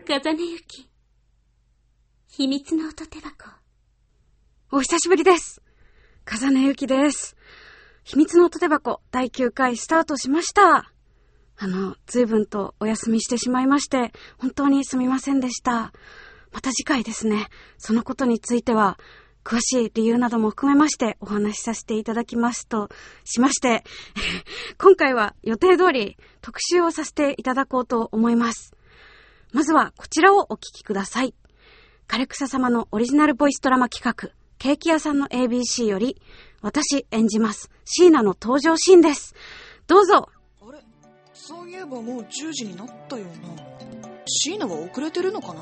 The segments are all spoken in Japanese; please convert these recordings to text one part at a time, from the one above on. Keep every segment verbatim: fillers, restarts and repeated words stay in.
風根ゆき、秘密の音手箱。 お久しぶりです。風根ゆきです。秘密の音手箱だいきゅうかいスタートしました。あの、随分とお休みしてしまいまして、本当にすみませんでした。また次回ですね、そのことについては、詳しい理由なども含めましてお話しさせていただきますとしまして、今回は予定通り特集をさせていただこうと思います。まずはこちらをお聞きください。枯草様のオリジナルボイスドラマ企画、ケーキ屋さんの エービーシー より、私演じます椎名の登場シーンです。どうぞ。 あれ、そういえばもうじゅうじになったよな。椎名は遅れてるのかな。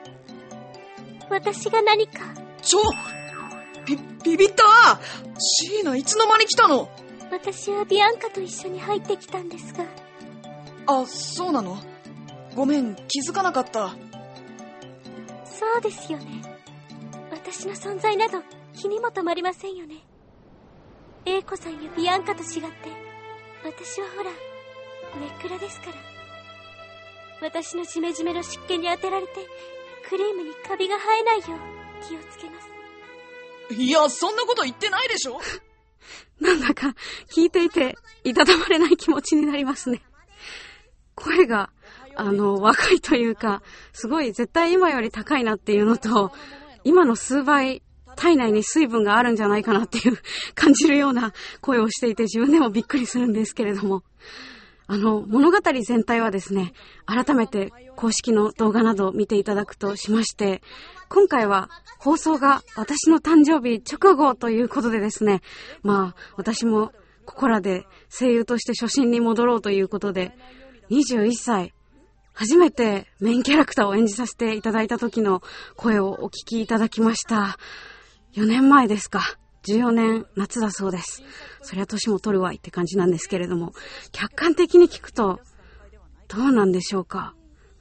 私が何か。 ちょビ, ビビった椎名いつの間に来たの。 私はビアンカと一緒に入ってきたんですが。 あ、そうなの。ごめん、気づかなかった。 そうですよね。私の存在など気にも留まりませんよね。英子さんやビアンカと違って私はほら根っ暗ですから。私のジメジメの湿気に当てられてクリームにカビが生えないよう気をつけます。 いや、そんなこと言ってないでしょ。 なんだか聞いていていたたまれない気持ちになりますね。声があの若いというか、すごい絶対今より高いなっていうのと、今の数倍体内に水分があるんじゃないかなっていう感じるような声をしていて、自分でもびっくりするんですけれども、あの物語全体はですね、改めて公式の動画などを見ていただくとしまして、今回は放送が私の誕生日直後ということでですね、まあ私もここらで声優として初心に戻ろうということで、にじゅういっさい初めてメインキャラクターを演じさせていただいた時の声をお聞きいただきました。よねんまえですか。じゅうよねん夏だそうです。そりゃ年も取るわいって感じなんですけれども、客観的に聞くとどうなんでしょうか。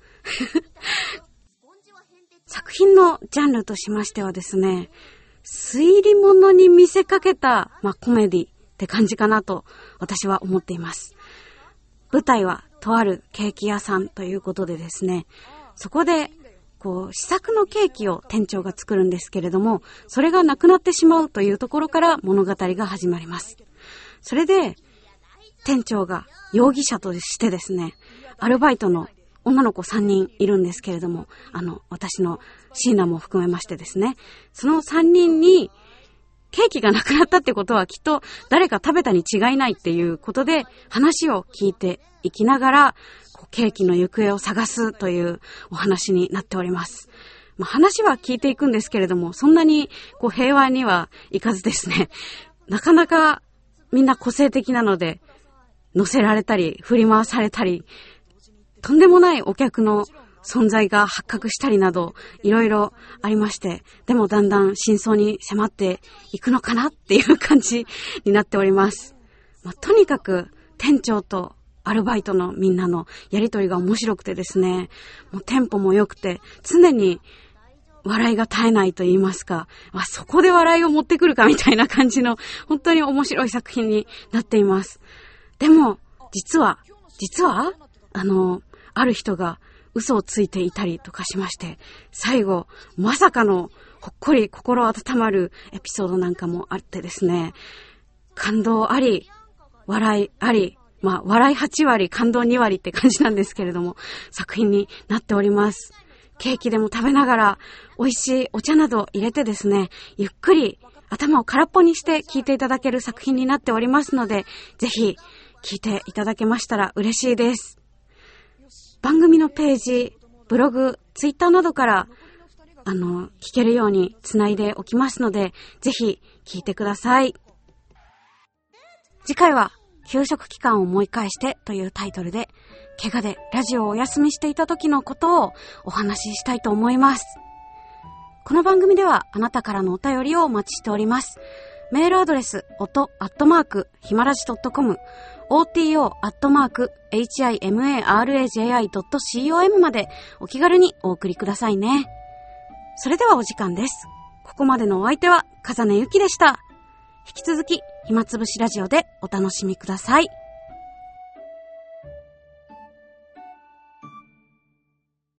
作品のジャンルとしましてはですね、推理物に見せかけた、まあ、コメディって感じかなと私は思っています。舞台はとあるケーキ屋さんということでですね、そこでこう試作のケーキを店長が作るんですけれども、それがなくなってしまうというところから物語が始まります。それで店長が容疑者としてですね、アルバイトの女の子さんにんいるんですけれども、あの私の椎名も含めましてですね、そのさんにんにケーキがなくなったってことはきっと誰か食べたに違いないっていうことで話を聞いていきながらケーキの行方を探すというお話になっております。まあ、話は聞いていくんですけれども、そんなにこう平和にはいかずですね、なかなかみんな個性的なので乗せられたり振り回されたり、とんでもないお客の存在が発覚したりなどいろいろありまして、でもだんだん真相に迫っていくのかなっていう感じになっております。まあ、とにかく店長とアルバイトのみんなのやりとりが面白くてですね、もうテンポも良くて常に笑いが絶えないと言いますか、あ、そこで笑いを持ってくるかみたいな感じの本当に面白い作品になっています。でも実は実はあのある人が嘘をついていたりとかしまして、最後まさかのほっこり心温まるエピソードなんかもあってですね、感動あり笑いあり、まあ笑いはちわり感動にわりって感じなんですけれども、作品になっております。ケーキでも食べながら美味しいお茶など入れてですね、ゆっくり頭を空っぽにして聞いていただける作品になっておりますので、ぜひ聞いていただけましたら嬉しいです。番組のページ、ブログ、ツイッターなどからあの聞けるようにつないでおきますので、ぜひ聞いてください。次回は休職期間を思い返してというタイトルで、怪我でラジオをお休みしていた時のことをお話ししたいと思います。この番組ではあなたからのお便りをお待ちしております。メールアドレス、音アットマークヒマラジドットコム、オーティーオー アットマーク エイチアイエムエーアールエージェーアイ ドット コム までお気軽にお送りくださいね。それではお時間です。ここまでのお相手は風根ゆきでした。引き続き暇つぶしラジオでお楽しみください。